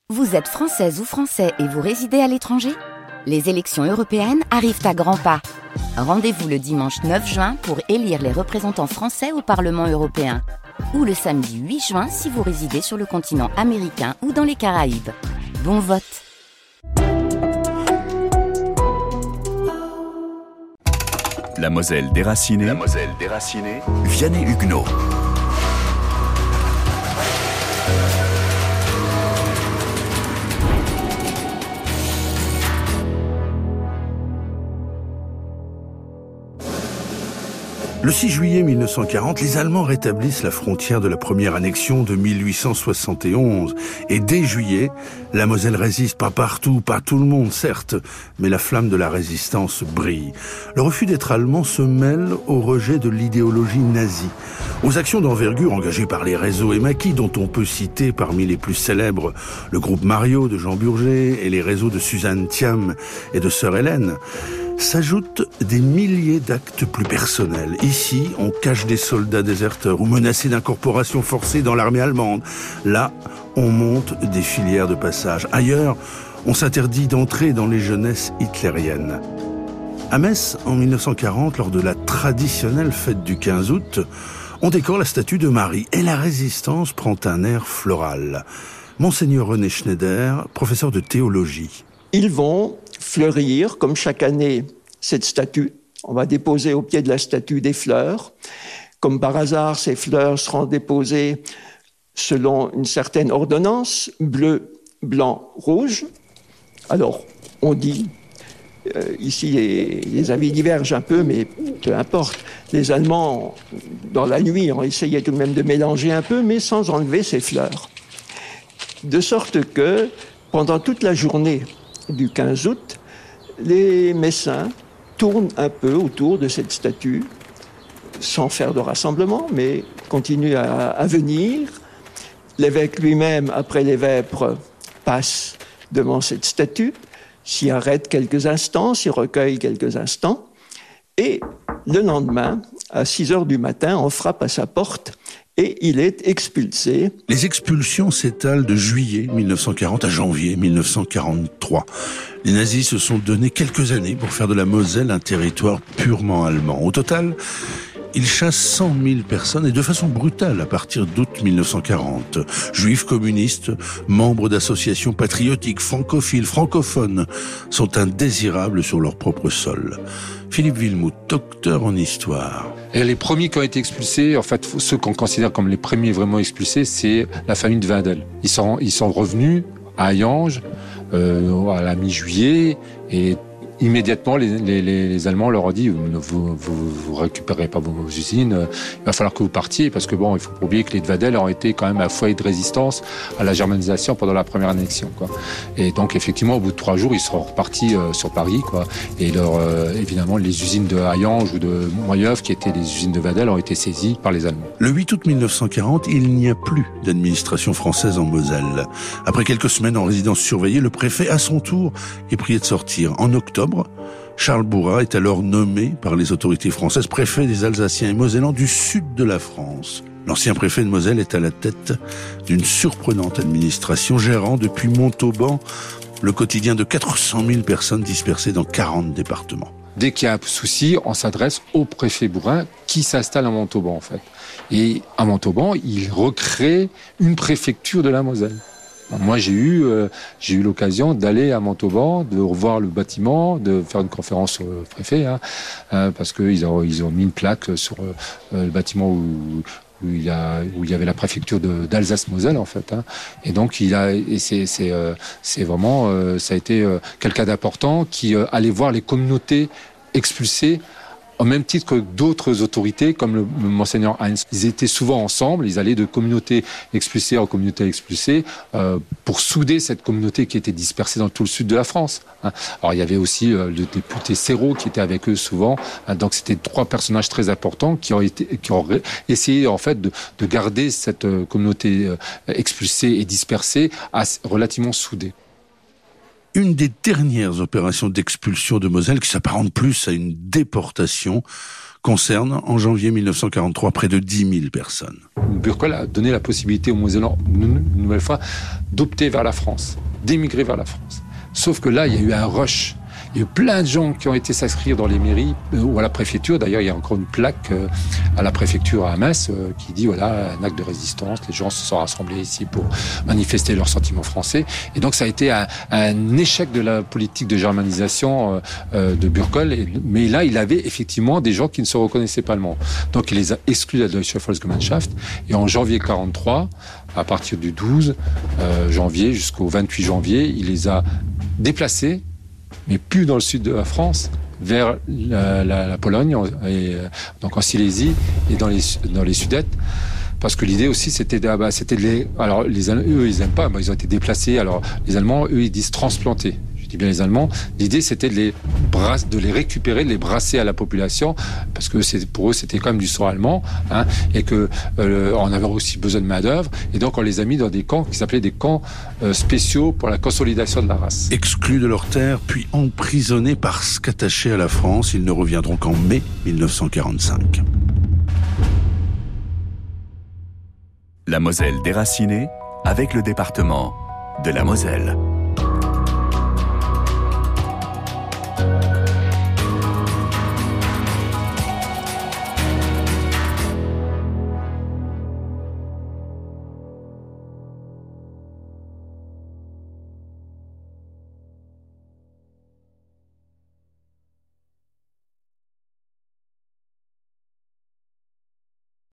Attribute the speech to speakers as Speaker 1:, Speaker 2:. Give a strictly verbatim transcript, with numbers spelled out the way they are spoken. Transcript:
Speaker 1: Vous êtes française ou français et vous résidez à l'étranger ? Les élections européennes arrivent à grands pas. Rendez-vous le dimanche neuf juin pour élire les représentants français au Parlement européen. Ou le samedi huit juin si vous résidez sur le continent américain ou dans les Caraïbes. Bon vote!
Speaker 2: La Moselle déracinée. La Moselle déracinée. Vianney Huguenot.
Speaker 3: Le six juillet mille neuf cent quarante, les Allemands rétablissent la frontière de la première annexion de mille huit cent soixante et onze. Et dès juillet, la Moselle résiste, pas partout, pas tout le monde, certes, mais la flamme de la résistance brille. Le refus d'être allemand se mêle au rejet de l'idéologie nazie, aux actions d'envergure engagées par les réseaux et maquis, dont on peut citer parmi les plus célèbres le groupe Mario de Jean Burger et les réseaux de Suzanne Thiam et de Sœur Hélène. S'ajoutent des milliers d'actes plus personnels. Ici, on cache des soldats déserteurs ou menacés d'incorporation forcée dans l'armée allemande. Là, on monte des filières de passage. Ailleurs, on s'interdit d'entrer dans les jeunesses hitlériennes. À Metz, en mille neuf cent quarante, lors de la traditionnelle fête du quinze août, on décore la statue de Marie et la résistance prend un air floral. Monseigneur René Schneider, professeur de théologie.
Speaker 4: Ils vont fleurir, comme chaque année, cette statue. On va déposer au pied de la statue des fleurs. Comme par hasard, ces fleurs seront déposées selon une certaine ordonnance, bleu, blanc, rouge. Alors, on dit, euh, ici les, les avis divergent un peu, mais peu importe. Les Allemands, dans la nuit, ont essayé tout de même de mélanger un peu, mais sans enlever ces fleurs. De sorte que, pendant toute la journée du quinze août, les Messins tournent un peu autour de cette statue, sans faire de rassemblement, mais continuent à, à venir. L'évêque lui-même, après les vêpres, passe devant cette statue, s'y arrête quelques instants, s'y recueille quelques instants, et le lendemain, à six heures du matin, on frappe à sa porte et il est expulsé.
Speaker 3: Les expulsions s'étalent de juillet mille neuf cent quarante à janvier mille neuf cent quarante-trois. Les nazis se sont donné quelques années pour faire de la Moselle un territoire purement allemand. Au total, ils chassent cent mille personnes et de façon brutale à partir d'août mille neuf cent quarante. Juifs, communistes, membres d'associations patriotiques, francophiles, francophones sont indésirables sur leur propre sol. Philippe Wilmout, docteur en histoire.
Speaker 5: Et les premiers qui ont été expulsés, en fait, ceux qu'on considère comme les premiers vraiment expulsés, c'est la famille de Wendel. Ils sont, ils sont revenus à Hayange euh, à la mi-juillet et immédiatement, les, les, les Allemands leur ont dit vous, vous, vous récupérez pas vos usines, il va falloir que vous partiez parce que bon, il faut pas oublier que les Wendel ont été quand même un foyer de résistance à la germanisation pendant la première annexion, quoi. Et donc effectivement, au bout de trois jours, ils seront repartis euh, sur Paris, quoi. Et leur, euh, évidemment, les usines de Hayange ou de Moyeuf, qui étaient les usines de Wendel, ont été saisies par les Allemands.
Speaker 3: Le huit août mille neuf cent quarante, il n'y a plus d'administration française en Moselle. Après quelques semaines en résidence surveillée, le préfet, à son tour, est prié de sortir. En octobre, Charles Bourrat est alors nommé par les autorités françaises préfet des Alsaciens et Mosellans du sud de la France. L'ancien préfet de Moselle est à la tête d'une surprenante administration gérant depuis Montauban le quotidien de quatre cent mille personnes dispersées dans quarante départements.
Speaker 5: Dès qu'il y a un souci, on s'adresse au préfet Bourrin qui s'installe à Montauban en fait. Et à Montauban, il recrée une préfecture de la Moselle. Moi, j'ai eu, euh, j'ai eu l'occasion d'aller à Montauban, de revoir le bâtiment, de faire une conférence au préfet, hein, euh, parce qu'ils ont, ils ont mis une plaque sur euh, le bâtiment où, où, il y a, où il y avait la préfecture de, d'Alsace-Moselle, en fait. Hein. Et donc, il a, et c'est, c'est, euh, c'est vraiment, euh, ça a été euh, quelqu'un d'important qui euh, allait voir les communautés expulsées au même titre que d'autres autorités, comme le, le Monseigneur Heinz. Ils étaient souvent ensemble, ils allaient de communauté expulsée en communauté expulsée euh, pour souder cette communauté qui était dispersée dans tout le sud de la France. Hein. Alors il y avait aussi euh, le député Serrault qui était avec eux souvent. Hein. Donc c'était trois personnages très importants qui ont, été, qui ont essayé en fait de, de garder cette euh, communauté euh, expulsée et dispersée à, relativement soudée.
Speaker 3: Une des dernières opérations d'expulsion de Moselle, qui s'apparente plus à une déportation, concerne en janvier mille neuf cent quarante-trois près de dix mille personnes.
Speaker 5: Burkle a donné la possibilité aux Mosellans, une nouvelle fois, d'opter vers la France, d'émigrer vers la France. Sauf que là, il y a eu un rush. Il y a eu plein de gens qui ont été s'inscrire dans les mairies euh, ou à la préfecture. D'ailleurs, il y a encore une plaque euh, à la préfecture à Metz euh, qui dit, voilà, un acte de résistance. Les gens se sont rassemblés ici pour manifester leurs sentiments français. Et donc, ça a été un, un échec de la politique de germanisation euh, euh, de Burkle. Et, mais là, il avait effectivement des gens qui ne se reconnaissaient pas allemands. Donc, il les a exclus de la Deutsche Volksgemeinschaft. Et en janvier quarante-trois, à partir du douze euh, janvier jusqu'au vingt-huit janvier, il les a déplacés, mais plus dans le sud de la France, vers la, la, la Pologne, et, donc en Silésie et dans les, dans les Sudètes. Parce que l'idée aussi, c'était de, bah, c'était de les... Alors, les, eux, ils n'aiment pas, bah, ils ont été déplacés. Alors, les Allemands, eux, ils disent transplanter. Je dis bien les Allemands. L'idée, c'était de les, brasse, de les récupérer, de les brasser à la population, parce que c'est, pour eux, c'était quand même du sang allemand, hein, et qu'on euh, avait aussi besoin de main-d'œuvre. Et donc, on les a mis dans des camps qui s'appelaient des camps euh, spéciaux pour la consolidation de la race.
Speaker 3: Exclus de leur terre, puis emprisonnés parce qu'attachés à la France, ils ne reviendront qu'en mai mille neuf cent quarante-cinq.
Speaker 2: La Moselle déracinée avec le département de la Moselle.